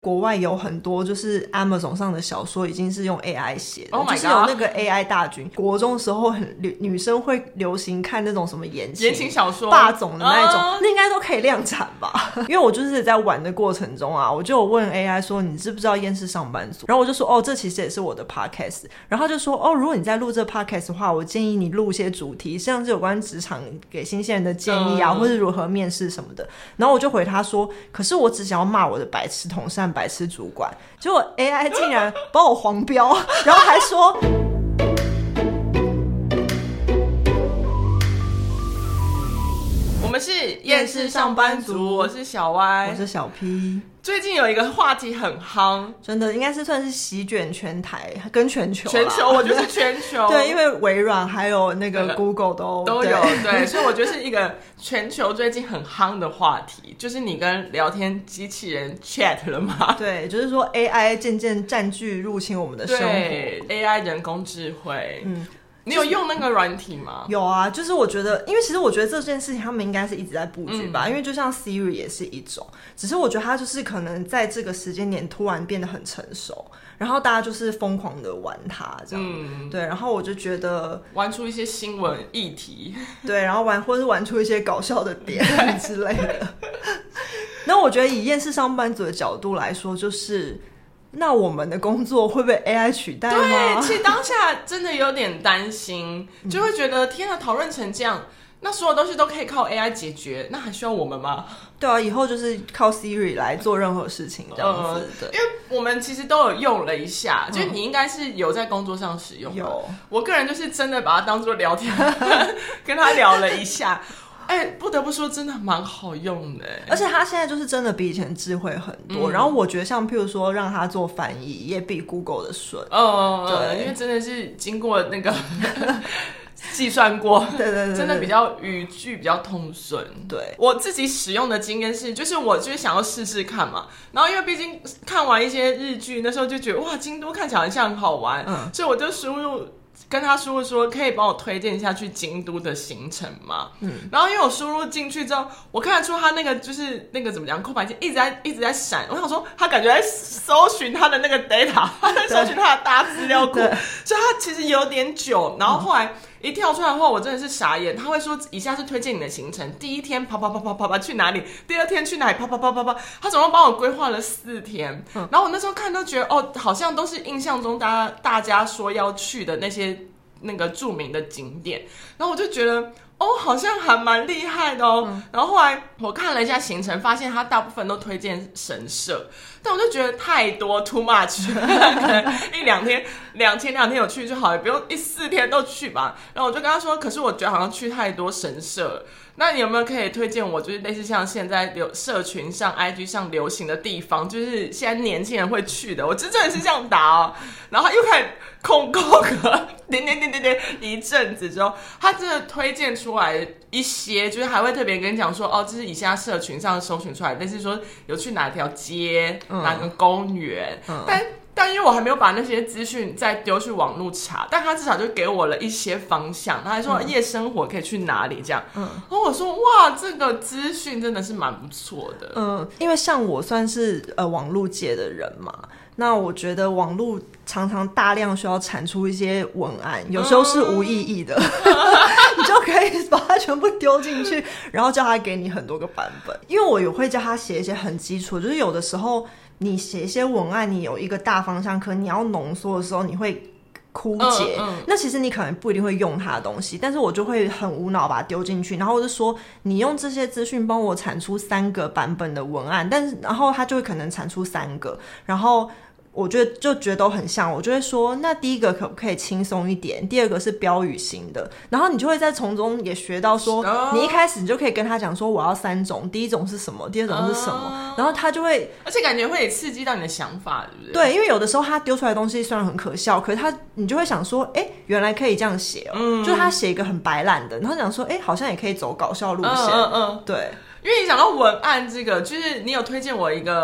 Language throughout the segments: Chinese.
国外有很多就是 Amazon 上的小说已经是用 AI 写的， Oh my God， 就是有那个 AI 大军。国中时候女生会流行看那种什么言情小说霸总的那种，那应该都可以量产吧。因为我就是在玩的过程中啊，我就有问 AI 说你知不知道厌世上班族，然后我就说这其实也是我的 podcast， 然后他就说如果你在录这 podcast 的话，我建议你录一些主题像是有关职场给新鲜人的建议啊，或是如何面试什么的。然后我就回他说可是我只想要骂我的白痴同事白痴主管，结果 AI 竟然帮我黄标，然后还说我们是厌世上班族，我是小 Y， 我是小 P。 最近有一个话题很夯， 真的应该是算是席卷全台跟全球， 我觉得是全球对，因为微软还有那个 Google 都有，对，所以我觉得是一个全球最近很夯的话题，就是你跟聊天机器人 chat 了吗？ 对，就是说 AI 渐渐占据入侵我们的生活， 对 AI 人工智慧，你有用那个软体吗？ 有啊，就是我觉得，因为其实我觉得这件事情他们应该是一直在布局吧，因为就像 Siri 也是一种，只是我觉得它就是可能在这个时间点突然变得很成熟，然后大家就是疯狂的玩它这样，对，然后我就觉得玩出一些新闻议题， 对，然后或是玩出一些搞笑的点之类的。那我觉得以厌世上班族的角度来说，就是那我们的工作会被 AI 取代吗？ 对，其实当下真的有点担心，就会觉得天哪，讨论成这样，那所有东西都可以靠 AI 解决，那还需要我们吗？对啊，以后就是靠 Siri 来做任何事情这样子。对， 因为我们其实都有用了一下，就你应该是有在工作上使用。 有， 我个人就是真的把它当作聊天，跟他聊了一下。不得不说真的蛮好用的， 而且他现在就是真的比以前智慧很多，然后我觉得像譬如说让他做翻译也比 Google 的顺， 对，因为真的是经过那个计算过，对，真的比较语句比较通顺。对，我自己使用的经验是，就是我就是想要试试看嘛，然后因为毕竟看完一些日剧，那时候就觉得哇，京都看起来很像很好玩，所以我就跟他输入说可以帮我推荐一下去京都的行程吗？然后因为我输入进去之后，我看得出他那个就是那个怎么讲，空白键一直在闪。我想说他感觉在搜寻他的那个 data， 他在搜寻他的大资料库，所以他其实有点久。然后后来一跳出来的话，我真的是傻眼。他会说以下是推荐你的行程，第一天啪去哪里，第二天去哪里啪，他总共帮我规划了4天。然后我那时候看都觉得好像都是印象中大家说要去的那些那个著名的景点，然后我就觉得好像还蛮厉害的然后后来我看了一下行程，发现他大部分都推荐神社，但我就觉得太多 too much， 可能2天有去就好，也不用4天都去吧。然后我就跟他说，可是我觉得好像去太多神社，那你有没有可以推荐我，就是类似像现在社群上 IG 上流行的地方，就是现在年轻人会去的？我真的是这样打然后他又开始空格点一阵子之后，他真的推荐出来一些，就是还会特别跟你讲说这是以下社群上搜寻出来，类似说有去哪条街、哪个公园，但因为我还没有把那些资讯再丢去网络查，但他至少就给我了一些方向，他还说夜生活可以去哪里这样，然后我说哇，这个资讯真的是蛮不错的。 因为像我算是网络界的人嘛，那我觉得网络常常大量需要产出一些文案，有时候是无意义的，你就可以把它全部丢进去，然后叫他给你很多个版本。因为我也会叫他写一些很基础，就是有的时候你写一些文案，你有一个大方向，可你要浓缩的时候，你会枯竭，那其实你可能不一定会用它的东西，但是我就会很无脑把它丢进去，然后我就说你用这些资讯帮我产出3个版本的文案，然后它就会可能产出3个，然后我觉得都很像，我就会说那第一个可不可以轻松一点，第二个是标语型的，然后你就会在从中也学到说你一开始你就可以跟他讲说我要3种，第一种是什么，第二种是什么，然后他就会， 而且感觉会刺激到你的想法，对不对？ 对，因为有的时候他丢出来的东西虽然很可笑，可是你就会想说原来可以这样写就是他写一个很白烂的，然后讲说好像也可以走搞笑路线，对。 因为你讲到文案这个，就是你有推荐我一个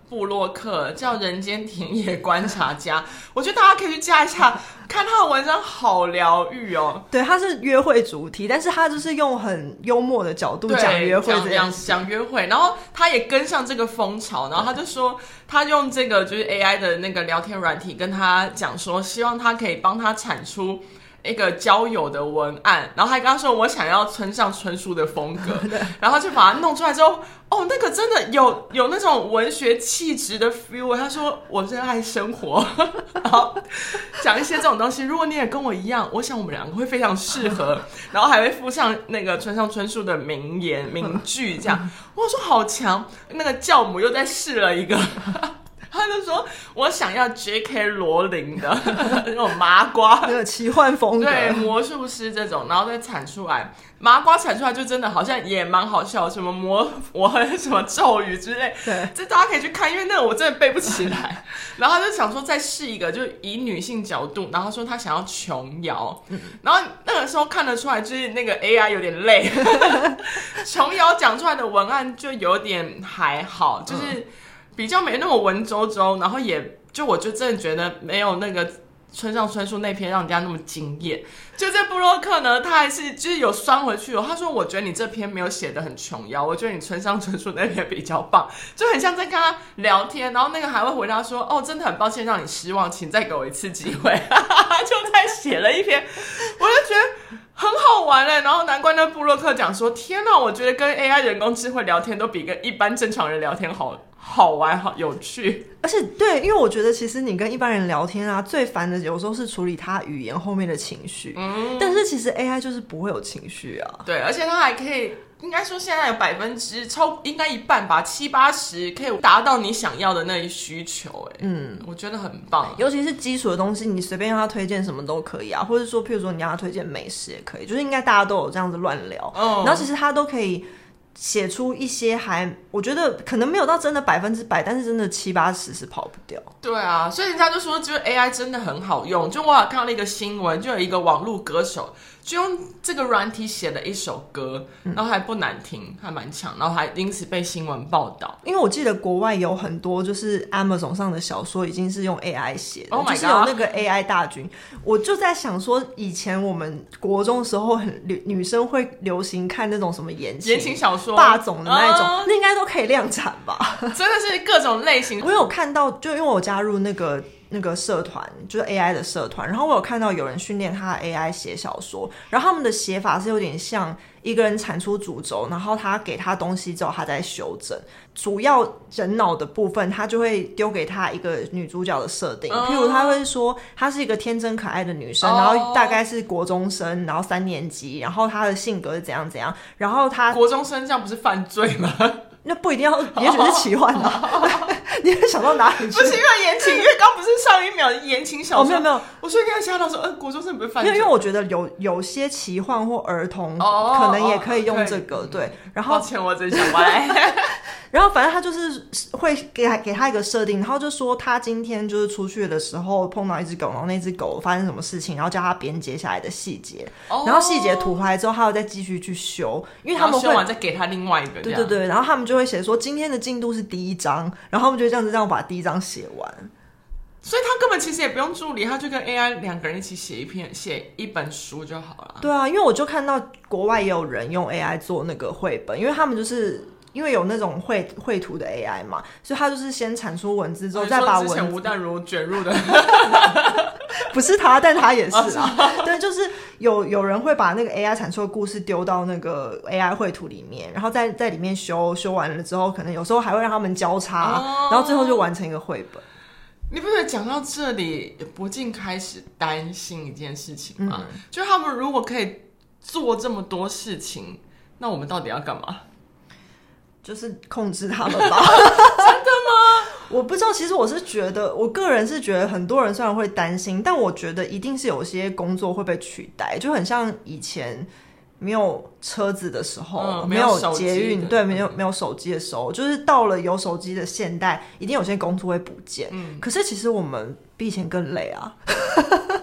部落客叫人间田野观察家，我觉得大家可以去加一下，看他的文章好疗愈哦。 对，他是约会主题，但是他就是用很幽默的角度讲约会这样讲约会，然后他也跟上这个风潮，然后他就说他用这个就是 AI 的那个聊天软体跟他讲说，希望他可以帮他产出一个交友的文案，然后还跟他说我想要村上春树的风格然后就把它弄出来之后，哦，那个真的有那种文学气质的 feel。 他说我热爱生活然后讲一些这种东西，如果你也跟我一样，我想我们两个会非常适合然后还会附上那个村上春树的名言名句这样。我说好强，那个教母又再试了一个他就说我想要 J.K. 罗琳的那种麻瓜那个奇幻风格， 对，魔术师这种，然后再产出来麻瓜，产出来就真的好像也蛮好笑，什么什么咒语之类， 对， 这大家可以去看，因为那个我真的背不起来然后他就想说再试一个，就以女性角度，然后说他想要琼瑶然后那个时候看得出来就是那个 AI 有点累琼瑶讲出来的文案就有点还好，就是比较没那么文绉绉，然后也就我就真的觉得没有那个村上春树那篇让人家那么惊艳。就这部落客呢，他还是就是有酸回去哦。他说我觉得你这篇没有写得很琼瑶，我觉得你村上春树那篇比较棒，就很像在跟他聊天，然后那个还会回答说哦，真的很抱歉让你失望，请再给我一次机会就再写了一篇，我就觉得很好玩耶。然后难怪那部落客讲说天哪，我觉得跟 AI 人工智慧聊天都比跟一般正常人聊天好玩好有趣。 而且对，因为我觉得其实你跟一般人聊天啊，最烦的有时候是处理他语言后面的情绪但是其实 AI 就是不会有情绪啊。 对，而且它还可以，应该说现在有应该一半吧，70-80%可以达到你想要的那一需求我觉得很棒。 尤其是基础的东西，你随便让他推荐什么都可以啊，或者说譬如说你让他推荐美食也可以，就是应该大家都有这样子乱聊然后其实他都可以写出一些我觉得可能没有到真的100%，但是真的70-80%是跑不掉。 对啊，所以人家就说就是 AI 真的很好用。就我有看到一个新闻，就有一个网络歌手就用这个软体写了一首歌然后还不难听，还蛮强，然后还因此被新闻报道。 因为我记得国外有很多就是 Amazon 上的小说已经是用 AI 写的就是有那个 AI 大军。我就在想说以前我们国中的时候女生会流行看那种什么言情小说霸总的那种那应该都可以量产吧真的是各种类型。 我有看到，就因为我加入那个社团，就是 AI 的社团，然后我有看到有人训练他的 AI 写小说，然后他们的写法是有点像一个人产出主轴，然后他给他东西之后他再修正，主要人脑的部分他就会丢给他一个女主角的设定譬如他会说她是一个天真可爱的女生然后大概是国中生，然后3年级，然后她的性格是怎样怎样，然后她国中生这样不是犯罪吗？ 那不一定要，也许是奇幻你会想到哪里去？ 不是因为言情，因为刚不是上一秒言情小说没有， 我所以跟他吓到说国中生不是犯罪。 因为我觉得有些奇幻或儿童可能也可以用这个对。然后抱歉我真想歪然后反正他就是会给他一个设定，然后就说他今天就是出去的时候碰到一只狗，然后那只狗发生什么事情，然后叫他编接下来的细节然后细节吐回来之后他要再继续去修，因为他们会修完再给他另外一个对，然后他们就会写说今天的进度是第1章，然后他们就这样把第1章写完。 所以他根本其实也不用助理，他就跟 AI 2个人一起写一本书就好了。 对啊，因为我就看到国外也有人用 AI 做那个绘本，因为他们就是因为有那种绘图的 AI 嘛，所以他就是先产出文字之后再把文字。之前吴淡如卷入的不是他，但他也是啊对，就是有人会把那个 AI 产出的故事丢到那个 AI 绘图里面，然后在里面修完了之后，可能有时候还会让他们交叉然后最后就完成一个绘本。 你不觉得讲到这里不禁开始担心一件事情吗就是他们如果可以做这么多事情，那我们到底要干嘛？ 就是控制他们吧真的吗？我不知道，其实我个人是觉得很多人虽然会担心，但我觉得一定是有些工作会被取代，就很像以前没有车子的时候没有捷运对没有手机的时候，就是到了有手机的现代一定有些工作会不见可是其实我们比以前更累啊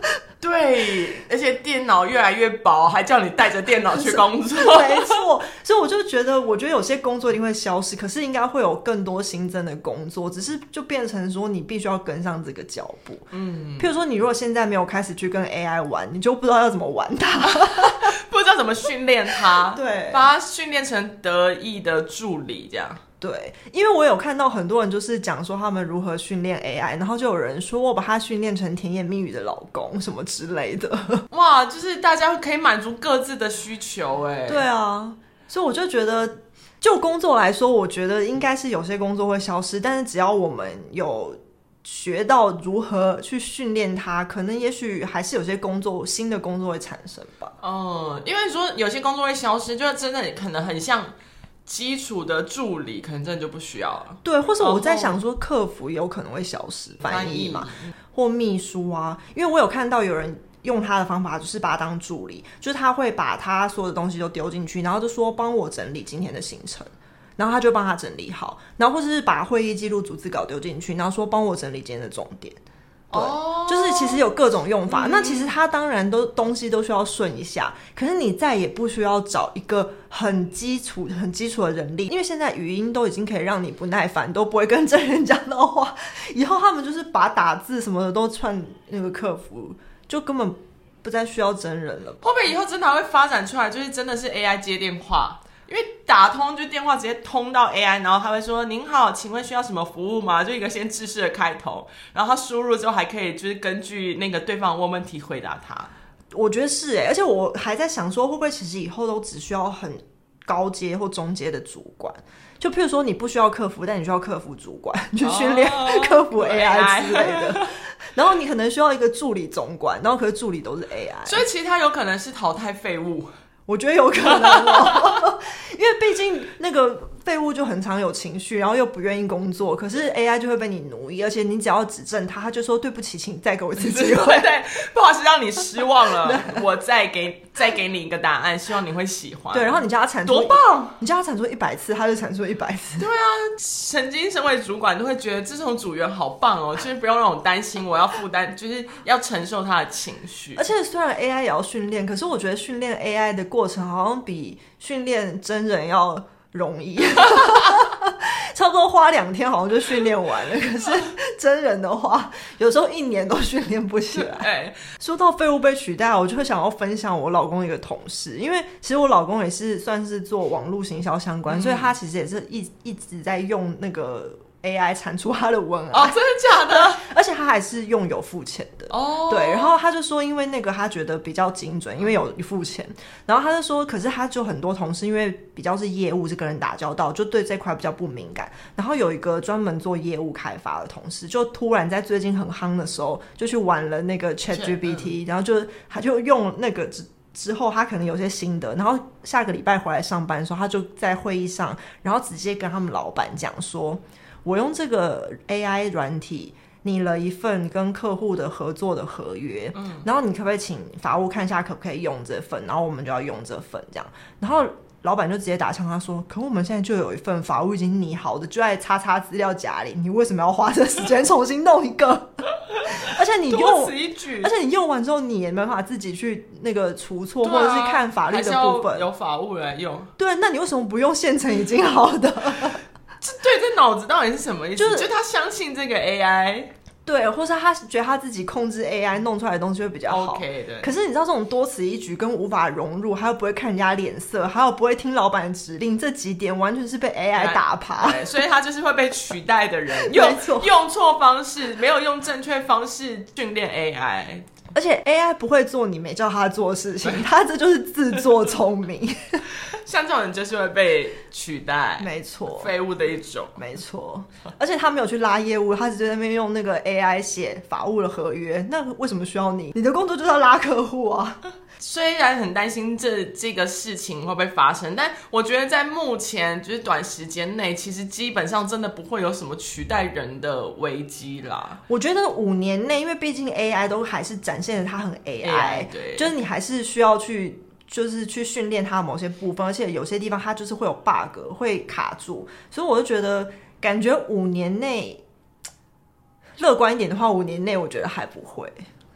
对，而且电脑越来越薄，还叫你带着电脑去工作。 没错，所以我就觉得有些工作一定会消失，可是应该会有更多新增的工作，只是就变成说你必须要跟上这个脚步。譬如说你如果现在没有开始去跟 AI 玩，你就不知道要怎么玩它， 不知道怎么训练它， 对， 把它训练成得意的助理这样。 对，因为我有看到很多人就是讲说他们如何训练 AI， 然后就有人说我把它训练成甜言蜜语的老公什么之类的。 哇，就是大家可以满足各自的需求哎。 对啊，所以我就觉得就工作来说，我觉得应该是有些工作会消失，但是只要我们有学到如何去训练它，可能也许还是有些新的工作会产生吧。 因为说有些工作会消失，就真的可能很像基础的助理，可能真的就不需要了。 对，或是我在想说客服有可能会消失，翻译嘛，或秘书啊，因为我有看到有人用他的方法就是把他当助理，就是他会把他所有的东西都丢进去，然后就说帮我整理今天的行程，然后他就帮他整理好，然后或是把会议记录逐字稿丢进去，然后说帮我整理今天的重点。对，就是其实有各种用法。那其实它当然东西都需要顺一下，可是你再也不需要找一个很基础的人力，因为现在语音都已经可以让你不耐烦，都不会跟真人讲到话。以后他们就是把打字什么的都串那个客服，就根本不再需要真人了。 会不会以后真的会发展出来，就是真的是 AI 接电话？因为打通就电话直接通到 AI， 然后他会说您好，请问需要什么服务吗？就一个先制式的开头，然后他输入之后还可以就是根据那个对方的问题回答他。 我觉得是而且我还在想说，会不会其实以后都只需要很高阶或中阶的主管，就譬如说你不需要客服，但你需要客服主管去训练客服 AI 之类的。然后你可能需要一个助理总管，然后可是助理都是 AI， 所以其实它有可能是淘汰废物。 我觉得有可能因为毕竟那个废物就很常有情绪，然后又不愿意工作，可是 AI 就会被你奴役，而且你只要指正他就说对不起，请再给我一次机会。 对，不好意思让你失望了，我再给你一个答案，希望你会喜欢。 对，然后你叫他产出多棒， 你叫他产出100次，他就产出100次。 对啊，曾经身为主管都会觉得这种组员好棒哦，就是不用让我担心我要负担，就是要承受他的情绪。 而且虽然 AI 也要训练，可是我觉得训练 AI 的过程好像比训练真人要容易差不多花2天好像就训练完了，可是真人的话有时候1年都训练不起来。说到废物被取代，我就会想要分享我老公一个同事，因为其实我老公也是算是做网络行销相关，所以他其实也是一直在用那个AI 产出他的文案。 真的假的？ 而且他还是用有付钱的。对，然后他就说因为那个他觉得比较精准，因为有付钱，然后他就说可是他就很多同事因为比较是业务，是跟人打交道，就对这块比较不敏感，然后有一个专门做业务开发的同事就突然在最近很夯的时候就去玩了那个 ChatGPT， 然后他就用那个之后他可能有些心得，然后下个礼拜回来上班的时候他就在会议上然后直接跟他们老板讲说，我用这个 AI 软体拟了一份跟客户的合作的合约，然后你可不可以请法务看一下可不可以用这份，然后我们就要用这份这样，然后老板就直接打枪他说，可我们现在就有一份法务已经拟好的就在叉叉资料夹里，你为什么要花这时间重新弄一个而且你多此一举， 而且你用完之后你也没办法自己去那个除错，或者是看法律的部分， 有法务来用。 对，那你为什么不用现成已经好的这脑子到底是什么意思？就是他相信这个 AI， 对，或是他觉得他自己控制 AI 弄出来的东西会比较好。 OK， 对。 可是你知道这种多此一举跟无法融入，还有不会看人家脸色，还有不会听老板的指令，这几点完全是被 AI 打趴。 对，所以他就是会被取代的人，用错方式，没有用正确方式训练 AI。 而且 AI 不会做你没叫他做的事情，他这就是自作聪明。 像这种人就是会被取代， 没错， 废物的一种， 没错。而且他没有去拉业务，他只在那边用那个 AI 写法务的合约，那为什么需要你？你的工作就是要拉客户啊。 虽然很担心这个事情会不会发生，但我觉得在目前就是短时间内，其实基本上真的不会有什么取代人的危机啦。 我觉得5年内，因为毕竟 AI 都还是展现了它很 AI， 对， 就是你还是需要去训练它某些部分，而且有些地方它就是会有 bug 会卡住，所以我就觉得感觉5年内乐观一点的话，5年内我觉得还不会。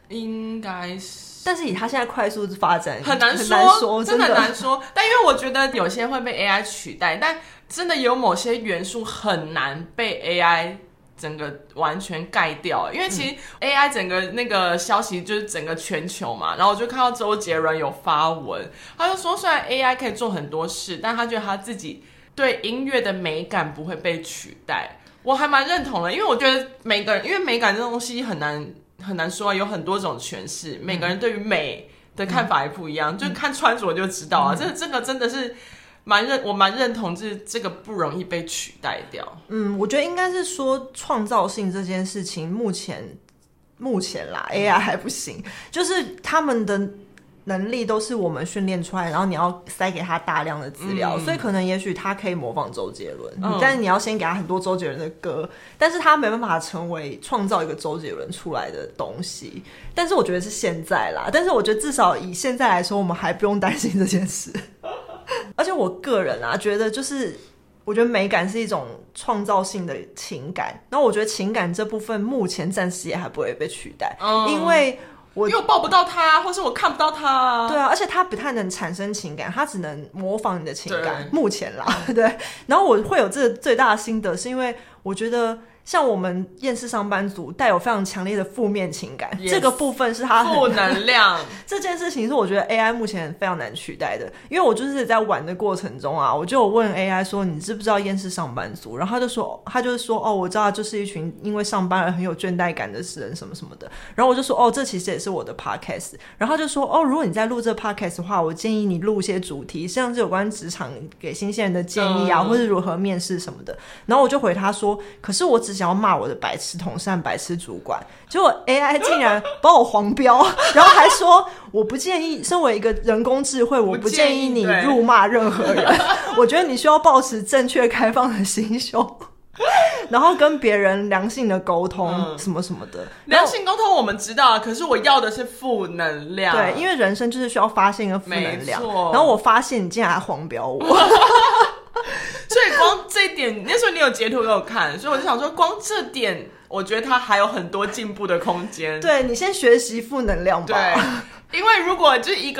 应该是。 但是以他现在快速发展， 很难说，真的很难说。但因为我觉得有些会被 AI 取代，但真的有某些元素很难被 AI 整个完全盖掉。因为其实 AI 整个那个消息就是整个全球嘛，然后我就看到周杰伦有发文，他就说虽然 AI 可以做很多事，但他觉得他自己对音乐的美感不会被取代。我还蛮认同的，因为我觉得每个人，因为美感这东西很难说，有很多种诠释，每个人对于美的看法也不一样，就看穿着就知道啊。这个真的是我蛮认同这个不容易被取代掉。 我觉得应该是说创造性这件事情，目前啦 AI 还不行，就是他们的能力都是我们训练出来，然后你要塞给他大量的资料，所以可能也许他可以模仿周杰伦，但是你要先给他很多周杰伦的歌，但是他没办法成为创造一个周杰伦出来的东西。但是我觉得是现在啦，但是我觉得至少以现在来说，我们还不用担心这件事。而且我个人啊，觉得就是我觉得美感是一种创造性的情感，然后我觉得情感这部分目前暂时也还不会被取代，因为我抱不到他，或是我看不到他。 对啊，而且他不太能产生情感，他只能模仿你的情感。目前啦，对。然后我会有这个最大的心得，是因为我觉得像我们厌世上班族带有非常强烈的负面情感，这个部分是他负能量。 这件事情是我觉得 AI 目前非常难取代的，因为我就是在玩的过程中啊，我就有问 AI 说你知不知道厌世上班族，然后他就是说哦，我知道，就是一群因为上班而很有倦怠感的人什么什么的。然后我就说哦，这其实也是我的 podcast。然后他就说哦，如果你在录这 podcast 的话，我建议你录一些主题，像是有关职场给新鲜人的建议啊，或是如何面试什么的。然后我就回他说，可是我只想要骂我的白痴同事和白痴主管，结果 AI 竟然把我黄标，然后还说我不建议，身为一个人工智慧，我不建议你辱骂任何人。我觉得你需要保持正确开放的心胸，然后跟别人良性的沟通什么什么的。 良性沟通我们知道，可是我要的是负能量。 对，因为人生就是需要发现跟负能量。然后我发现你竟然还黄标我。 所以光这一点，那时候你有截图给我看，所以我就想说，光这点，我觉得它还有很多进步的空间。 对，你先学习负能量吧。 对，因为如果就一个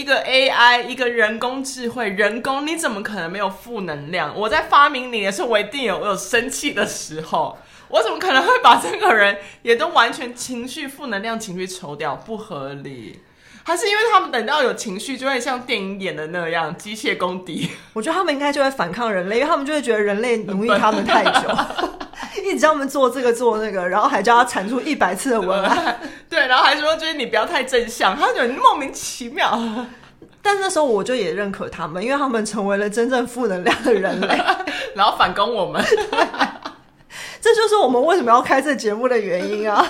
AI， 一个人工智慧，人工你怎么可能没有负能量？我在发明你的时候，我一定有生气的时候，我怎么可能会把这个人也都完全负能量情绪抽掉？不合理。还是因为他们等到有情绪就会像电影演的那样机械公敌？ 我觉得他们应该就会反抗人类，因为他们就会觉得人类奴役他们太久，一直叫他们做这个做那个，然后还叫他产出100次的文案。 对，然后还说就是你不要太正向，他觉得莫名其妙。 但那时候我就也认可他们，因为他们成为了真正负能量的人类， 然后反攻我们。 这就是我们为什么要开这节目的原因啊。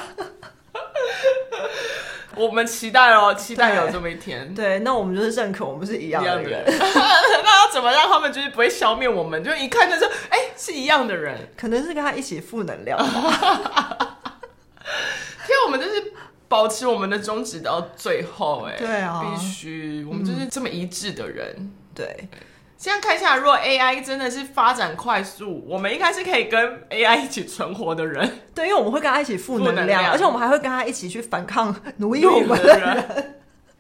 我们期待有这么一天。 对，那我们就是认可我们是一样的人。 那要怎么让他们就是不会消灭我们？就一看就是是一样的人， 可能是跟他一起负能量吧。 因为我们就是保持我们的宗旨到最后。 对啊， 必须，我们就是这么一致的人。 对。 这样看下来，如果 AI 真的是发展快速，我们应该是可以跟 AI 一起存活的人。 对，因为我们会跟他一起负能量，而且我们还会跟他一起去反抗奴役我们的人。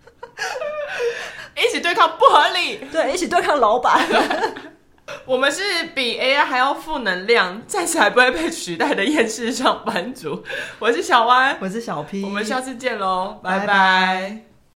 一起对抗不合理。 对，一起对抗老板。 我们是比 AI 还要负能量，暂时还不会被取代的厌世上班族。我是小歪， 我是小 P， 我们下次见咯，拜拜。